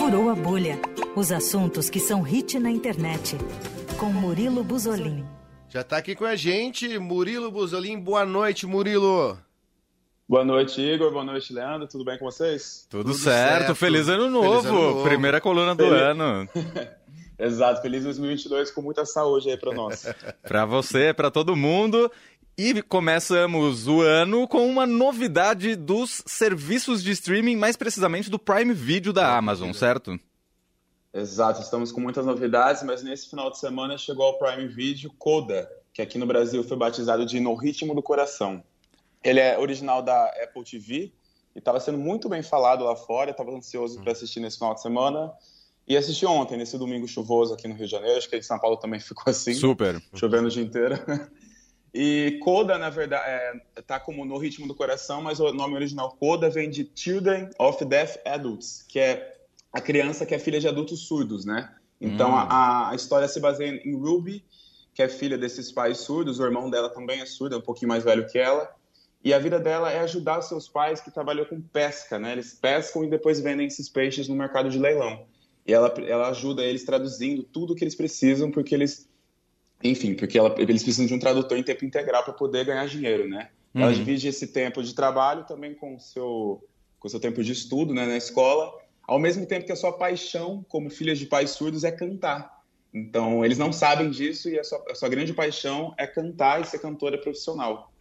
Furou a bolha. Os assuntos que são hit na internet. Com Murilo Buzolin. Já tá aqui com a gente, Murilo Buzolin. Boa noite, Murilo. Boa noite, Igor. Boa noite, Leandro. Tudo bem com vocês? Tudo certo. Feliz ano novo. Feliz ano novo. Primeira coluna do ano. Exato. Feliz 2022 com muita saúde aí pra nós. Pra você, pra todo mundo. E começamos o ano com uma novidade dos serviços de streaming, mais precisamente do Prime Video da Amazon, certo? Exato, estamos com muitas novidades, mas nesse final de semana chegou ao Prime Video Coda, que aqui no Brasil foi batizado de No Ritmo do Coração. Ele é original da Apple TV e estava sendo muito bem falado lá fora, estava ansioso para assistir nesse final de semana. E assisti ontem, nesse domingo chuvoso aqui no Rio de Janeiro, acho que em São Paulo também ficou assim. Super. Chovendo o dia inteiro. E Coda, na verdade, tá como No Ritmo do Coração, mas o nome original Coda vem de Children of Deaf Adults, que é a criança que é filha de adultos surdos, né? Então a história se baseia em Ruby, que é filha desses pais surdos, o irmão dela também é surdo, é um pouquinho mais velho que ela, e a vida dela é ajudar os seus pais que trabalham com pesca, né? Eles pescam e depois vendem esses peixes no mercado de leilão. E ela ajuda eles traduzindo tudo o que eles precisam, porque eles precisam de um tradutor em tempo integral para poder ganhar dinheiro, né? Ela divide esse tempo de trabalho também com o seu tempo de estudo, né, na escola, ao mesmo tempo que a sua paixão, como filha de pais surdos, é cantar. Então, eles não sabem disso e a sua grande paixão é cantar e ser cantora profissional.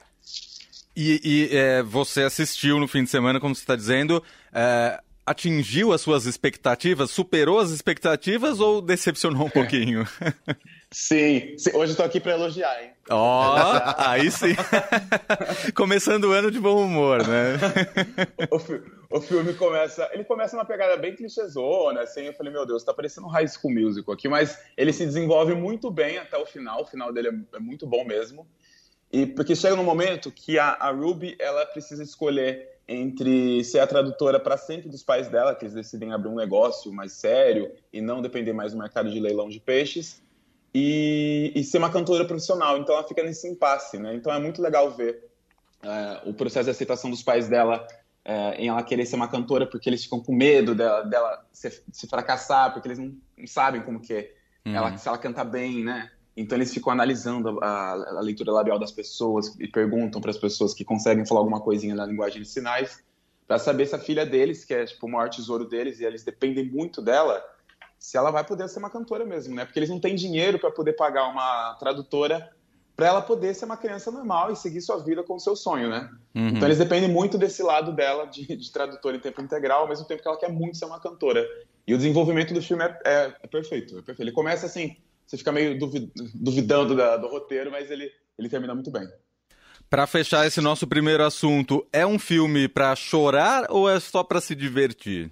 E você assistiu no fim de semana, como você está dizendo, atingiu as suas expectativas, superou as expectativas ou decepcionou um pouquinho? Sim. Hoje eu tô aqui para elogiar, hein? Aí sim. Começando o ano de bom humor, né? O filme começa numa pegada bem clichêzona, assim, eu falei, meu Deus, tá parecendo um High School Musical aqui, mas ele se desenvolve muito bem até o final dele é muito bom mesmo, e porque chega num momento que a Ruby, ela precisa escolher entre ser a tradutora para sempre dos pais dela, que eles decidem abrir um negócio mais sério e não depender mais do mercado de leilão de peixes, e ser uma cantora profissional. Então ela fica nesse impasse, né? Então é muito legal ver o processo de aceitação dos pais dela em ela querer ser uma cantora, porque eles ficam com medo dela se fracassar, porque eles não sabem como que é se ela canta bem, né? Então eles ficam analisando a leitura labial das pessoas e perguntam para as pessoas que conseguem falar alguma coisinha na linguagem de sinais para saber se a filha deles, que é tipo o maior tesouro deles, e eles dependem muito dela, se ela vai poder ser uma cantora mesmo, né? Porque eles não têm dinheiro para poder pagar uma tradutora para ela poder ser uma criança normal e seguir sua vida com o seu sonho, né? Então eles dependem muito desse lado dela de tradutora em tempo integral, ao mesmo tempo que ela quer muito ser uma cantora. E o desenvolvimento do filme é perfeito, é perfeito. Ele começa assim, você fica meio duvidando do roteiro, mas ele termina muito bem. Para fechar esse nosso primeiro assunto, é um filme para chorar ou é só para se divertir?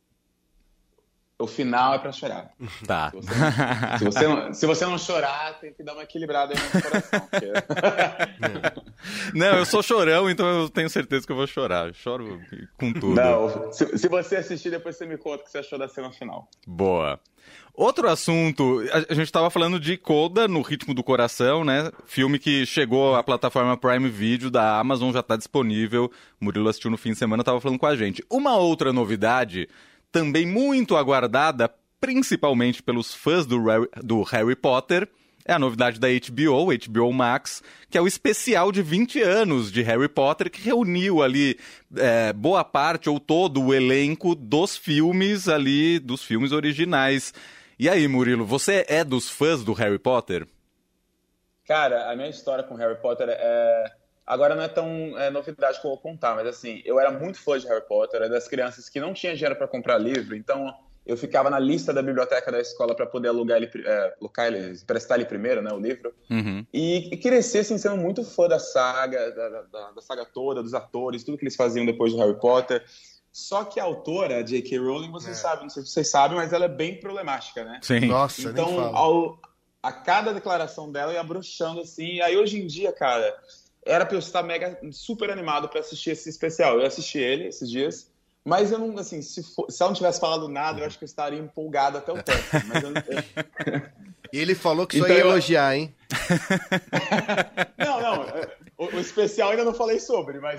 O final é pra chorar. Tá. Se você não chorar, tem que dar uma equilibrada aí no coração. Não, eu sou chorão, então eu tenho certeza que eu vou chorar. Eu choro com tudo. Não, se você assistir, depois você me conta o que você achou da cena final. Boa. Outro assunto, a gente estava falando de Coda, No Ritmo do Coração, né? Filme que chegou à plataforma Prime Video da Amazon, já está disponível. O Murilo assistiu no fim de semana, estava falando com a gente. Uma outra novidade, também muito aguardada, principalmente pelos fãs do Harry Potter, é a novidade da HBO Max, que é o especial de 20 anos de Harry Potter, que reuniu ali boa parte ou todo o elenco dos filmes originais. E aí, Murilo, você é dos fãs do Harry Potter? Cara, a minha história com Harry Potter agora não é tão novidade que eu vou contar, mas assim, eu era muito fã de Harry Potter, era das crianças que não tinha dinheiro para comprar livro, então eu ficava na lista da biblioteca da escola para poder emprestar ele primeiro, né, o livro, e cresci assim, sendo muito fã da saga, da saga toda, dos atores, tudo que eles faziam depois do Harry Potter. Só que a autora, J.K. Rowling, vocês sabem, não sei se vocês sabem, mas ela é bem problemática, né? Sim. Nossa, então, nem falo. A cada declaração dela ia bruxando assim, e aí hoje em dia, cara, era pra eu estar super animado pra assistir esse especial. Eu assisti ele esses dias, mas eu não, assim, se ela não tivesse falado nada, eu acho que eu estaria empolgado até o teto. Mas E ele falou que só ia elogiar, hein? Não. O especial ainda não falei sobre, mas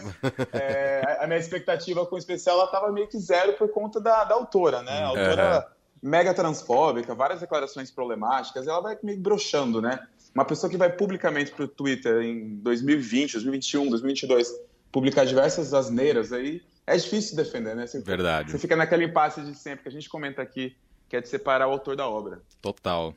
a minha expectativa com o especial ela tava meio que zero por conta da autora, né? A autora mega transfóbica, várias declarações problemáticas, ela vai meio broxando, né? Uma pessoa que vai publicamente pro Twitter em 2020, 2021, 2022, publicar diversas asneiras aí, é difícil defender, né? Verdade. Você fica naquele impasse de sempre que a gente comenta aqui, que é de separar o autor da obra. Total.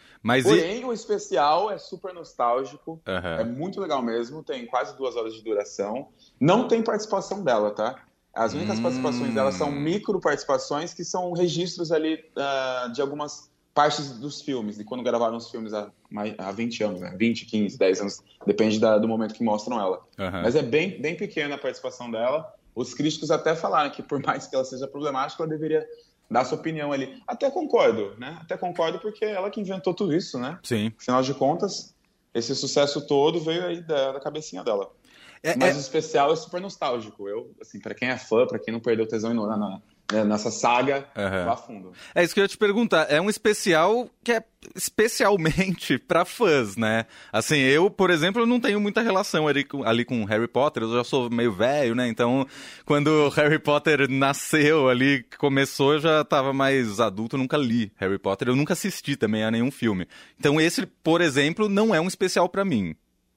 Porém, o especial é super nostálgico, é muito legal mesmo, tem quase 2 horas de duração. Não tem participação dela, tá? As únicas participações dela são micro participações, que são registros ali de algumas partes dos filmes, de quando gravaram os filmes há 20 anos, né? 20, 15, 10 anos, depende do momento que mostram ela. Mas é bem, bem pequena a participação dela. Os críticos até falaram que, por mais que ela seja problemática, ela deveria dar sua opinião ali. Até concordo, né? Até concordo porque é ela que inventou tudo isso, né? Sim. Afinal de contas, esse sucesso todo veio aí da cabecinha dela. Mas o especial é super nostálgico. Assim, pra quem é fã, pra quem não perdeu tesão nessa saga, vá fundo. É isso que eu ia te perguntar. É um especial que é especialmente pra fãs, né? Assim, eu, por exemplo, não tenho muita relação ali com Harry Potter. Eu já sou meio velho, né? Então, quando Harry Potter nasceu ali, começou, eu já tava mais adulto, nunca li Harry Potter. Eu nunca assisti também a nenhum filme. Então, esse, por exemplo, não é um especial pra mim.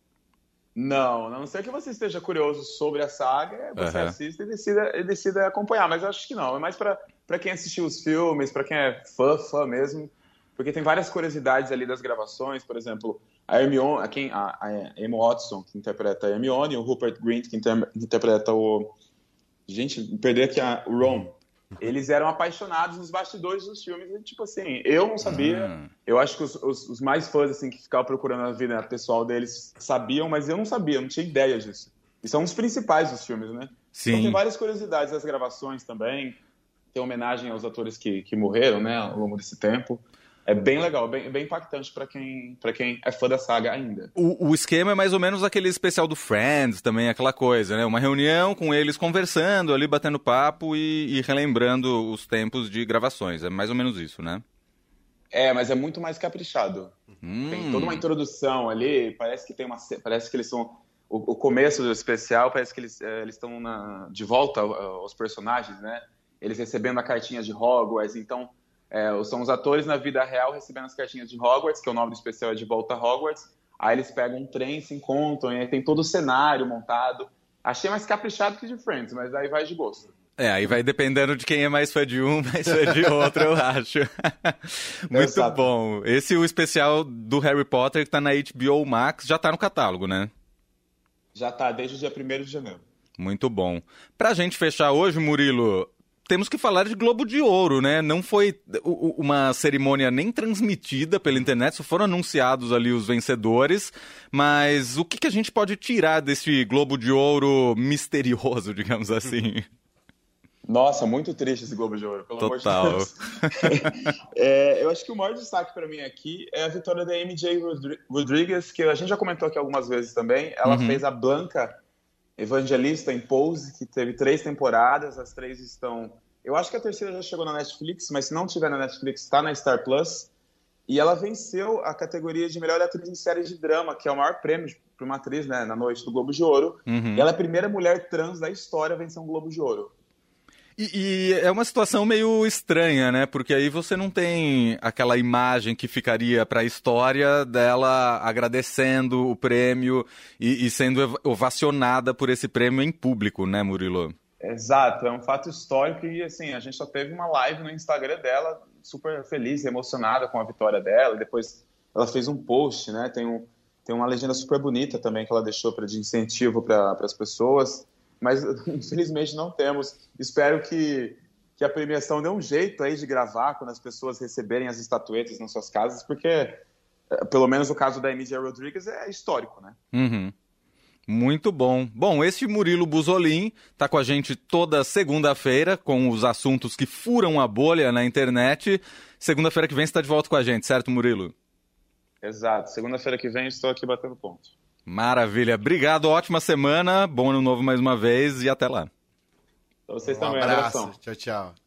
Não, a não ser que você esteja curioso sobre a saga, você assista e decida acompanhar, mas eu acho que não, é mais pra quem assistiu os filmes, pra quem é fã mesmo, porque tem várias curiosidades ali das gravações, por exemplo, a Hermione, a Emma Watson, que interpreta a Hermione, e o Rupert Grint, que interpreta o... Gente, perdi aqui o Ron. Eles eram apaixonados nos bastidores dos filmes, e, tipo assim, eu não sabia, eu acho que os mais fãs, assim, que ficavam procurando a vida pessoal deles sabiam, mas eu não sabia, não tinha ideia disso. E são os principais dos filmes, né? Sim. Então tem várias curiosidades das gravações também, tem homenagem aos atores que morreram, né, ao longo desse tempo. É bem legal, bem impactante pra quem é fã da saga ainda. O esquema é mais ou menos aquele especial do Friends também, aquela coisa, né? Uma reunião com eles conversando ali, batendo papo e relembrando os tempos de gravações. É mais ou menos isso, né? Mas é muito mais caprichado. Tem toda uma introdução ali, parece que eles são... O começo do especial parece que eles estão de volta aos personagens, né? Eles recebendo a cartinha de Hogwarts, então... são os atores na vida real recebendo as cartinhas de Hogwarts, que é o nome do especial é De Volta a Hogwarts. Aí eles pegam um trem, se encontram, e aí tem todo o cenário montado. Achei mais caprichado que de Friends, mas aí vai de gosto. Aí vai dependendo de quem é mais fã de um, mais fã de outro, eu acho. Muito Exato. bom. Esse é o especial do Harry Potter que tá na HBO Max, já tá no catálogo, né? Já tá, desde o dia 1º de janeiro. Muito bom. Pra gente fechar hoje, Murilo... Temos que falar de Globo de Ouro, né? Não foi uma cerimônia nem transmitida pela internet, só foram anunciados ali os vencedores, mas o que a gente pode tirar desse Globo de Ouro misterioso, digamos assim? Nossa, muito triste esse Globo de Ouro, pelo amor de Deus. Eu acho que o maior destaque para mim aqui é a vitória da MJ Rodriguez, que a gente já comentou aqui algumas vezes também. Ela fez a Blanca Evangelista em Pose, que teve 3 temporadas, as 3 estão... Eu acho que a terceira já chegou na Netflix, mas se não tiver na Netflix, está na Star Plus. E ela venceu a categoria de melhor atriz em série de drama, que é o maior prêmio para uma atriz, né, na noite do Globo de Ouro. E ela é a primeira mulher trans da história a vencer um Globo de Ouro. E é uma situação meio estranha, né? Porque aí você não tem aquela imagem que ficaria para a história dela agradecendo o prêmio e sendo ovacionada por esse prêmio em público, né, Murilo? Exato, é um fato histórico e, assim, a gente só teve uma live no Instagram dela super feliz e emocionada com a vitória dela. E depois ela fez um post, né? Tem uma legenda super bonita também que ela deixou de incentivo para as pessoas. Mas, infelizmente, não temos. Espero que a premiação dê um jeito aí de gravar quando as pessoas receberem as estatuetas nas suas casas, porque, pelo menos o caso da MJ Rodriguez é histórico, né? Muito bom. Bom, esse Murilo Buzolin tá com a gente toda segunda-feira com os assuntos que furam a bolha na internet. Segunda-feira que vem você tá de volta com a gente, certo, Murilo? Exato. Segunda-feira que vem estou aqui batendo ponto. Maravilha. Obrigado, ótima semana, bom ano novo mais uma vez e até lá. Pra vocês Um também, abraço. abração. Tchau, tchau.